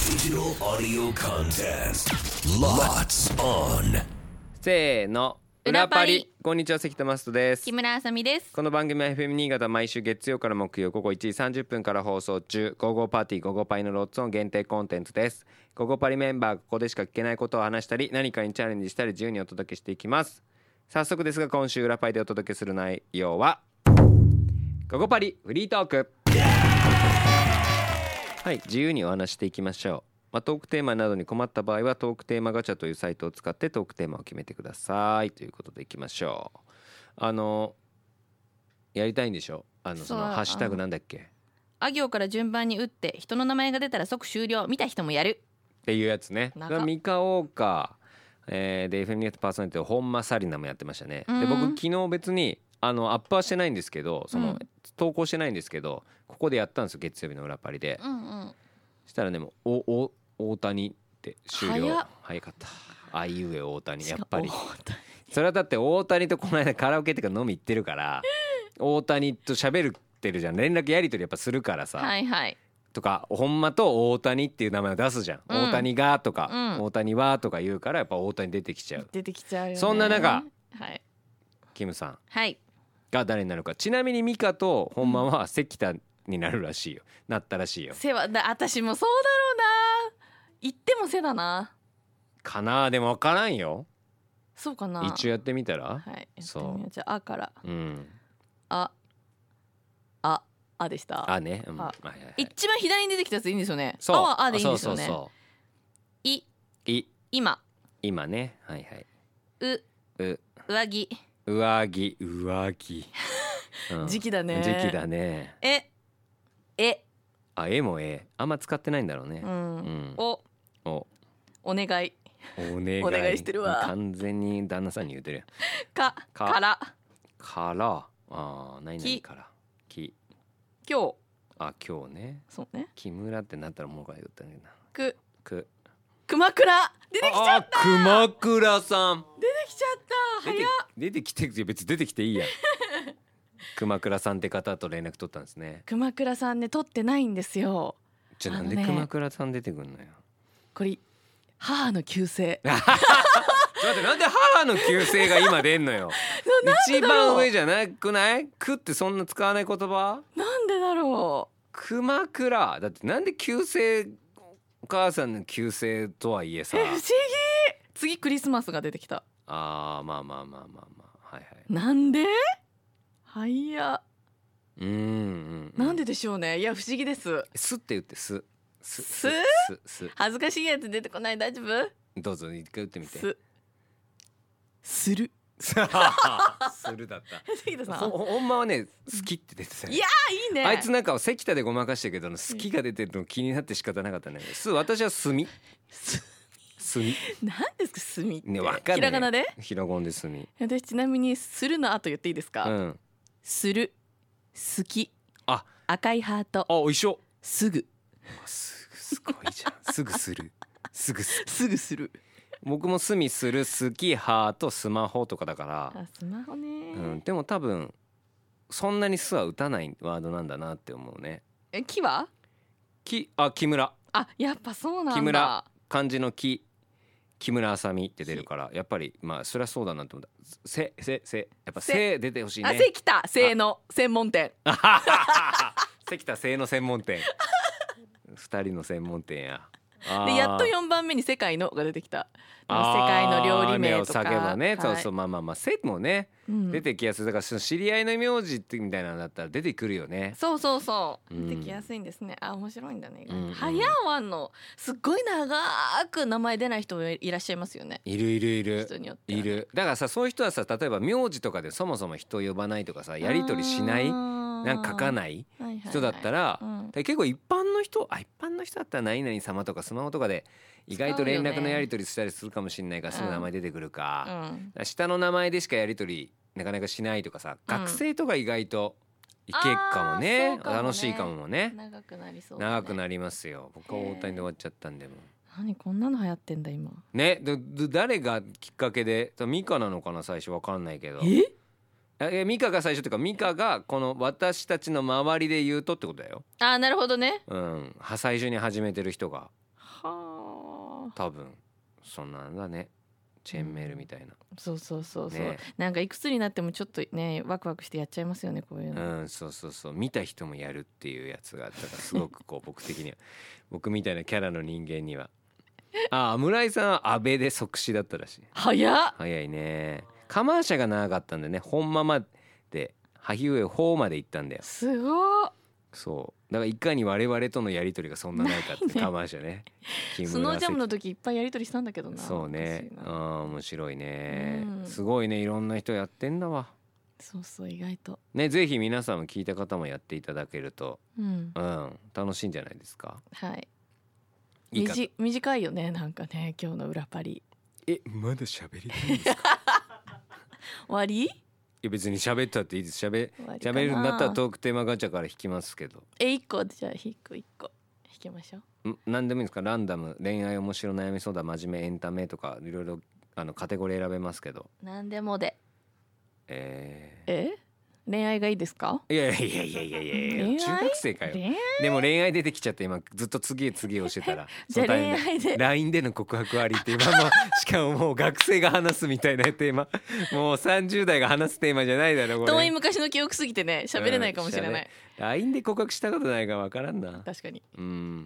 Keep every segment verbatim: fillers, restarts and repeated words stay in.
Digital audio contest. Lots on. せーの、裏パリ。こんにちは、関田マストです。 木村あさみです。 この番組は エフエム 新潟毎週月曜から木曜午後いちじさんじゅっぷんから放送中、ゴーゴーパーティーゴーゴーパイのロッツオン限定コンテンツです。ゴーゴーパリメンバーがここでしか聞けないことを話したり、何かにチャレンジしたり自由にお届けしていきます。早速ですが、今週裏パリでお届けする内容はゴーゴーパリフリートーク。はい、自由にお話していきましょう。まあ、トークテーマなどに困った場合はトークテーマガチャというサイトを使ってトークテーマを決めてくださいということでいきましょう。あのやりたいんでしょ、あのそのハッシュタグなんだっけ、 あ行から順番に打って人の名前が出たら即終了、見た人もやるっていうやつね。 長っミカオーカー、えー、で エフエム ニュースパーソナリティの本間紗理奈もやってましたね。 うんで僕昨日別にあのアップはしてないんですけど、その、 うん投稿してないんですけど、ここでやったんですよ、月曜日の裏パリで。 うんうんしたらね、もうおお大谷って終了。 早っ早かった。あいうえ大谷、やっぱりしかも大谷それはだって大谷とこの間カラオケっていうか飲み行ってるから大谷と喋ってるじゃん、連絡やり取りやっぱするからさ、 はいはいとか本間と大谷っていう名前を出すじゃん、 うん、 大谷がとか、 うん、 大谷はとか言うからやっぱ大谷出てきちゃう。 出てきちゃうよね。 そんな中はいキムさんはいが誰になるか。ちなみにミカと本間は関田になるらしいよ、なったらしいよ。 背はだ、私もそうだろうな、言っても背だな。 かな、でも分からんよ。 そうかな、 一応やってみたら。 はい、やってみそうよう。じゃああからうんあああでした。 あね、うん、 あはいはいはい、 一番左に出てきたやついいんですよね。 そうあはあでいいんですよね。 そうそうそいうい今今ね、はいはい。 うう上着上着上着、うん、 時期だね。 時期だね。 ええあ、絵も絵あんま使ってないんだろうね。 ううんん、 おおお願いお願いお願いしてるわ完全に旦那さんに言うてるやん。 かかからからあー、何々からき今日あ今日ね、 そうね木村ってなったらもう一回言ったんだけどな。 くく熊倉出てきちゃったあ熊倉さん出てきちゃった出て早っ。 出てきて、別に出てきていいやん熊倉さんって方と連絡取ったんですね。 熊倉さんね取ってないんですよ。 じゃあなんであのね熊倉さん出てくんのよ。 これ母の旧姓ちょっと待って、なんで母の旧姓が今出んのよ一番上じゃなくない？くってそんな使わない言葉？ なんでだろ熊倉だって、なんで旧姓、お母さんの旧姓とはいえさ、 うえ不思議。次クリスマスが出てきた。 あーまあまあまあまあまあ、はいはい。 なんではいやうんうん、うん、 なんででしょうね。いや不思議です。 すって言って、すすすすす恥ずかしいやつ出てこない？大丈夫？ どうぞ一回打ってみて。 すするするだった関田さん。 ほほんまはね、好きって出てたよ。 いやいいね。 あいつなんか関田でごまかしてるけど、好きが出てるの気になって仕方なかったね。す、私はすみすみなんですかすみって、 ね、わかんない。 ひらがなで？ ひらがなですみ。 私ちなみにするの後言っていいですか？ うんする好きあ赤いハートあ、一緒。 すぐすぐ、すごいじゃん。すぐするすぐすすぐする。 僕もすみする好きハートスマホとかだから、 あスマホね、 うん、でも多分そんなにすは打たないワードなんだなって思うね。 え木はきあ木村あやっぱそうなんだ。 木村漢字の木木村あさみって出るから、やっぱりまあそりゃそうだなと思った。せせせやっぱせ出てほしいね。 あ関田性の専門店。 関田性の専門店二人の専門店や。 でやっとよんばんめに世界のが出てきた。世界の料理名とかあー目を叫ばね、 はい、 そうそう、まあまあまあせもね、 うん、 出てきやすい。だからその知り合いの名字ってみたいなのだったら出てくるよね。 そうそうそう、 うん、 出てきやすいんですね。あ面白いんだね。 うんうん、 はやわんのすっごい長く名前出ない人もいらっしゃいますよね。 いるいるいる人によってはね、 いる。だからさ、そういう人はさ、例えば名字とかでそもそも人を呼ばないとかさ、やり取りしないなんか書かない人だったら、結構一般の人あ一般の人だったら何々様とかスマホとかで意外と連絡のやり取りしたりするかもしれないから、すぐ名前出てくるか、うん、下の名前でしかやり取りなかなかしないとかさ、うん、学生とか意外といけっかも ね, かもね楽しいかもね。 長くなりそうだね。 長くなりますよ。僕は大谷で終わっちゃったんでも何こんなの流行ってんだ今ね。で誰がきっかけでミカなのかな最初わかんないけど、えミカが最初っていうか、ミカがこの私たちの周りで言うとってことだよ。 あーなるほどね。 うん、最初に始めてる人がはあ多分そんなんだね、チェーンメールみたいな、うん、 そうそうそうそう、 ね、 なんかいくつになってもちょっとねワクワクしてやっちゃいますよねこういうの。 うん、そうそうそう、見た人もやるっていうやつがあったからすごくこう僕的には僕みたいなキャラの人間にはあ、村井さんは安倍で即死だったらしい。 早っ。 早いね。カマーシャが長かったんでね、本間まで萩上方まで行ったんだよ。 すごっ。 そうだからいかに我々とのやり取りがそんなないかってカマーシャねスノージャムの時いっぱいやり取りしたんだけどな。 そうね、ああ面白いね、 うん、 すごいね、いろんな人やってんだわ。 そうそう意外とね、ぜひ皆さんも聞いた方もやっていただけると、 うん、 うん、楽しいんじゃないですか。 はいいいか短短いよねなんかね今日の裏パリ。 えまだ喋りたいんですか終わり？ いや別に喋ったっていいです。喋喋るんだったらトークテーマガチャから引きますけど。 え一個じゃあ引く一個引きましょう。 ん何でもいいですか。ランダム、恋愛、面白、悩み相談、真面目、エンタメとかいろいろあのカテゴリー選べますけど。 何でもで。 えー、 え恋愛がいいですか？ いやいやいやいやいやいや中学生かよ。でも恋愛出てきちゃって今ずっと次へ次へ押してたらじゃあ恋愛でライン での告白ありって今もしかももう学生が話すみたいなテーマもうさんじゅう代が話すテーマじゃないだろこれ。 遠い昔の記憶すぎてね喋れないかもしれない、 うん、ライン で告白したことないから分からんな。 確かに。 うん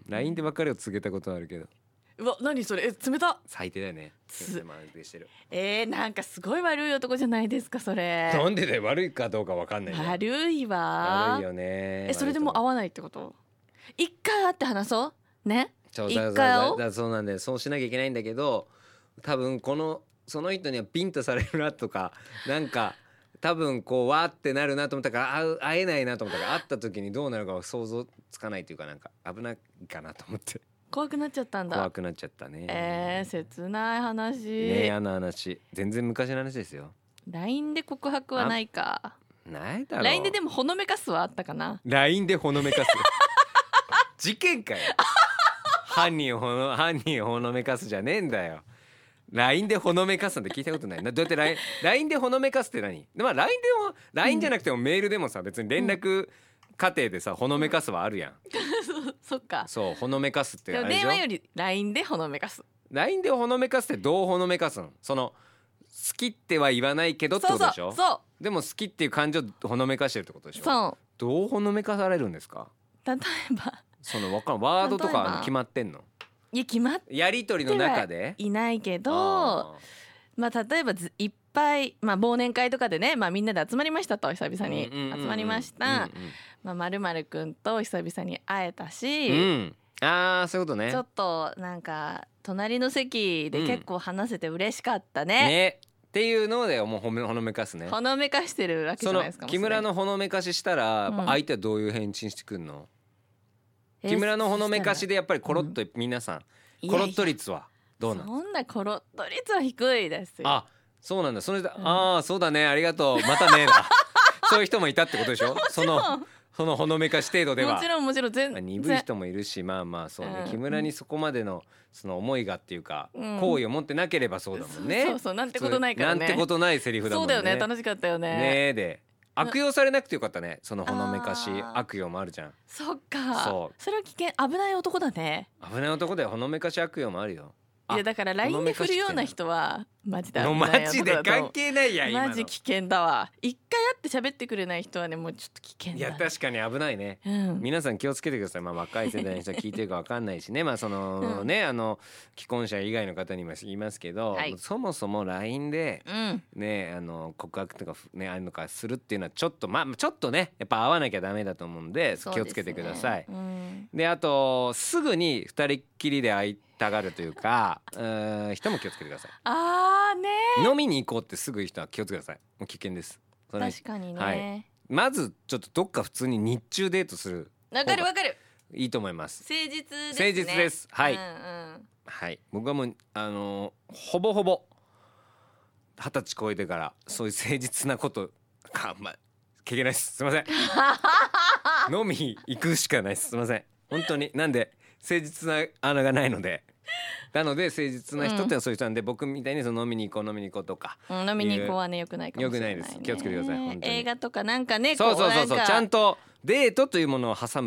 ライン で別れを告げたことあるけど。 うわ何それえ冷た。 最低だよね。 つしてるえー、なんかすごい悪い男じゃないですかそれ。 なんでだよ、悪いかどうか分かんない。 悪いわ。 悪いよね。 えそれでもう会わないってこと？一回会って話そうね。 そう一回会おう。 だそうなんでそうしなきゃいけないんだけど、多分このその人にはピンとされるなとかなんか多分こうわーってなるなと思ったから会う会えないなと思ったから会った時にどうなるか想像つかないというかなんか危ないかなと思って怖くなっちゃったんだ。 怖くなっちゃったね。 えー、切ない話ねえあの話全然昔の話ですよ。 ライン で告白はないか。 ないだろう。 ライン ででもほのめかすはあったかな。 ライン でほのめかす事件かよ犯人をほの犯人をほのめかすじゃねえんだよ。 ライン でほのめかすなんて聞いたことないな。どうやって ライン, ライン でほのめかすって何？まあ ライン でも ライン じゃなくてもメールでもさ別に連絡過程でさほのめかすはあるやん、 うん、そっか。 そうほのめかすってあれでしょ。 電話より ライン でほのめかす。 ライン でほのめかすってどうほのめかすの？その好きっては言わないけどってことでしょ。 そうそうそうでも好きっていう感情ほのめかしてるってことでしょ。 そうどうほのめかされるんですか？ 例えばそのわかんワードとか決まってんの？ いや決まってやり取りの中でいないけど、まあ例えばずいっぱい、まあ、忘年会とかでね、まあ、みんなで集まりましたと久々に集まりました。まあ、〇〇くんと久々に会えたし、 うん、あーそういうことね。 ちょっとなんか隣の席で結構話せて嬉しかったね、 うん、ねっていうのでもうほのめかすね。 ほのめかしてるわけじゃないですか。 その木村のほのめかししたら、うん、相手はどういう返信してくんの？木村のほのめかしでやっぱりコロッと皆さん、うん、コロッと率はどうなの？ そんなコロッと率は低いですよ。 あそうなんだ。それで、うん、ああそうだねありがとうまたねだそういう人もいたってことでしょそのそのほのめかし程度では。 もちろんもちろん全然鈍い人もいるしまあまあそうね、うん、木村にそこまでのその思いがっていうか、うん、好意を持ってなければそうだもんね。 そうそうなんてことないからね。 なんてことないセリフだもんね。 そうだよね楽しかったよね。 ねえで悪用されなくてよかったね。そのほのめかし悪用もあるじゃん。 そっか。 そうそれは危険危ない男だね。 危ない男でほのめかし悪用もあるよ。 いやだから ライン で振るような人はマジで危ない男だと。 マジで関係ないや今の。 マジ危険だわ。一回会って喋ってくれない人はねもうちょっと危険だ、ね。 いや確かに危ないね、うん、皆さん気をつけてください。まあ若い世代の人は聞いてるか分かんないしねまあそのね、うん、あの既婚者以外の方にも言いますけど、はい、そもそも ライン で、うん、ねあの告白とかねあるのかするっていうのはちょっとまあちょっとねやっぱ会わなきゃダメだと思うんで気をつけてください。で、ねうん、であとすぐに二人っきりで会いたがるというかう人も気をつけてください。 あーね飲みに行こうってすぐ言う人は気をつけてください。もう危険です。それ確かにね、 はい、まずちょっとどっか普通に日中デートする。 わかるわかる。 いいと思います。 誠実ですね。 誠実です。はい、うんうん、はい僕はもうあのー、ほぼほぼ二十歳超えてからそういう誠実なことかまあ経験ないです。すいません飲み行くしかないです。すいません本当に。なんで誠実な穴がないのでなので誠実な人ってのはそういう人なんで、うん、僕みたいにその飲みに行こう飲みに行こうとか、 うん、飲みに行こうはね良くないかもしれない、ね、 良くないです。気をつけてください本当に。 映画とかなんかねそうそうそうそうちゃんとデートというものを挟む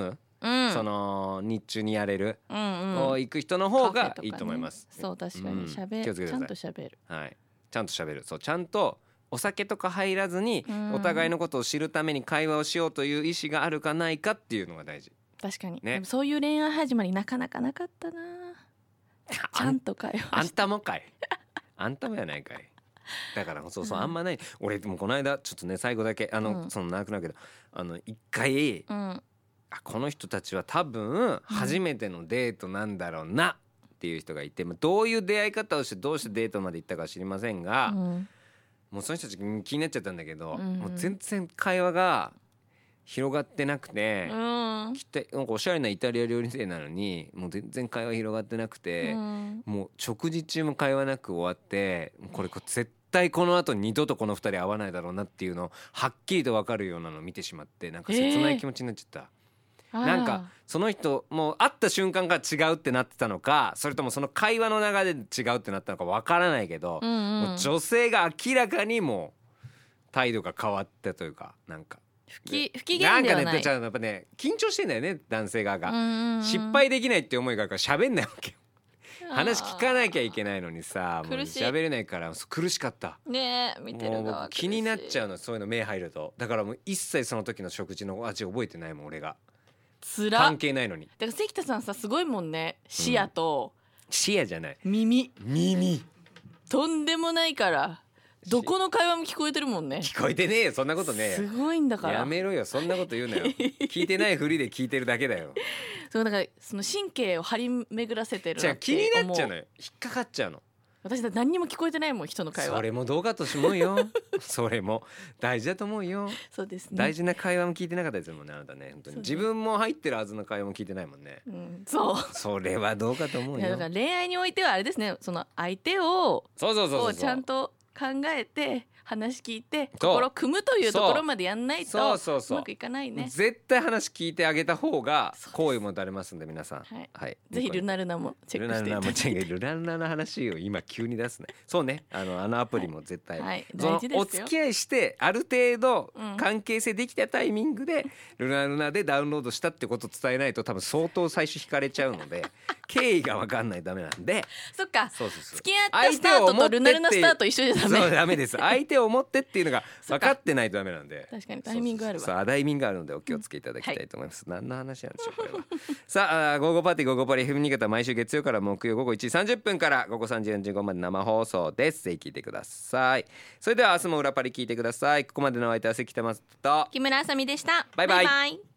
うん、 その日中にやれる、 うんうん、 行く人の方がいいと思います、 ね、そう確かにしゃべ、うん、ちゃんとしゃべる、 はい、ちゃんとしゃべるそうちゃんとお酒とか入らずにお互いのことを知るために会話をしようという意思があるかないかっていうのが大事。 確かに、ね、でもそういう恋愛始まりなかなかなかったな。ちゃんと会話してあんたもかいあんたもやないかい。だからそうそう、うん、あんまない。俺でもこの間ちょっとね最後だけあの、うん、その長くなるけどあの一回、うん、あこの人たちは多分初めてのデートなんだろうなっていう人がいて、まあ、どういう出会い方をしてどうしてデートまで行ったか知りませんが、うん、もうその人たち気になっちゃったんだけど、うん、もう全然会話が広がってなくて、うん、きっとなんかおしゃれなイタリア料理店なのにもう全然会話広がってなくて、うん、もう食事中も会話なく終わってこれ絶対この後二度とこのふたり会わないだろうなっていうのをはっきりと分かるようなのを見てしまってなんか切ない気持ちになっちゃった、えー、なんかその人もう会った瞬間から違うってなってたのかそれともその会話の流れで違うってなったのか分からないけど、うんうん、もう女性が明らかにもう態度が変わったというかなんか不機不機嫌ではない。 なんかね、やっぱね緊張してんだよね男性側が、うんうんうん、失敗できないって思いがあるから喋んないわけよ。話聞かなきゃいけないのにさもう喋れないから苦しかったねえ見てる側もう気になっちゃうのそういうの目入るとだからもう一切その時の食事の味覚えてないもん俺がつら関係ないのに。 だから関田さんさすごいもんね視野と、 うん、視野じゃない耳耳とんでもないからどこの会話も聞こえてるもんね。 聞こえてねえよそんなことねえよすごいんだからやめろよそんなこと言うなよ聞いてないふりで聞いてるだけだよそうだからその神経を張り巡らせてるじゃあ気になっちゃうのよ引っかかっちゃうの。 私だ何にも聞こえてないもん人の会話。 それもどうかとしもうよそれも大事だと思うよ。 そうですね大事な会話も聞いてなかったですもんねあなたね本当に、ね、自分も入ってるはずの会話も聞いてないもんね、 うん、そうそれはどうかと思うよ。いやだから恋愛においてはあれですねその相手をそうそうそうそうちゃんと考えて話聞いて心組むというところまでやんないとうまくいかないね。 絶対話聞いてあげた方が好意もたれますんで皆さん、 はいはい、ぜひルナルナもチェックしていただいて。 ルナルナの話を今急に出すね。そうねあのあのアプリも絶対、 はいはい、 その大事ですよ。 お付き合いしてある程度関係性できたタイミングで、うん、ルナルナでダウンロードしたってことを伝えないと多分相当最初引かれちゃうので経緯が分かんないとダメなんでそっかそうそうそう付き合ったスタートとルナルナスタート一緒じゃダメ。 そうダメです相手を思ってっていうのが分かってないとダメなんで。 確かにタイミングあるわ。 そうそうタイミングあるのでお気をつけいただきたいと思います、うんはい、何の話なんでしょうこれはさあ午後パーティー午後パリ エフエム 新潟毎週月曜から木曜午後いちじさんじゅっぷんから午後さんじよんじゅうごふんまで生放送です。ぜひ聞いてください。それでは明日も裏パリ聞いてください。ここまでのお相手は関田正人と木村あさみでした。 バイバイ。 バイバイ。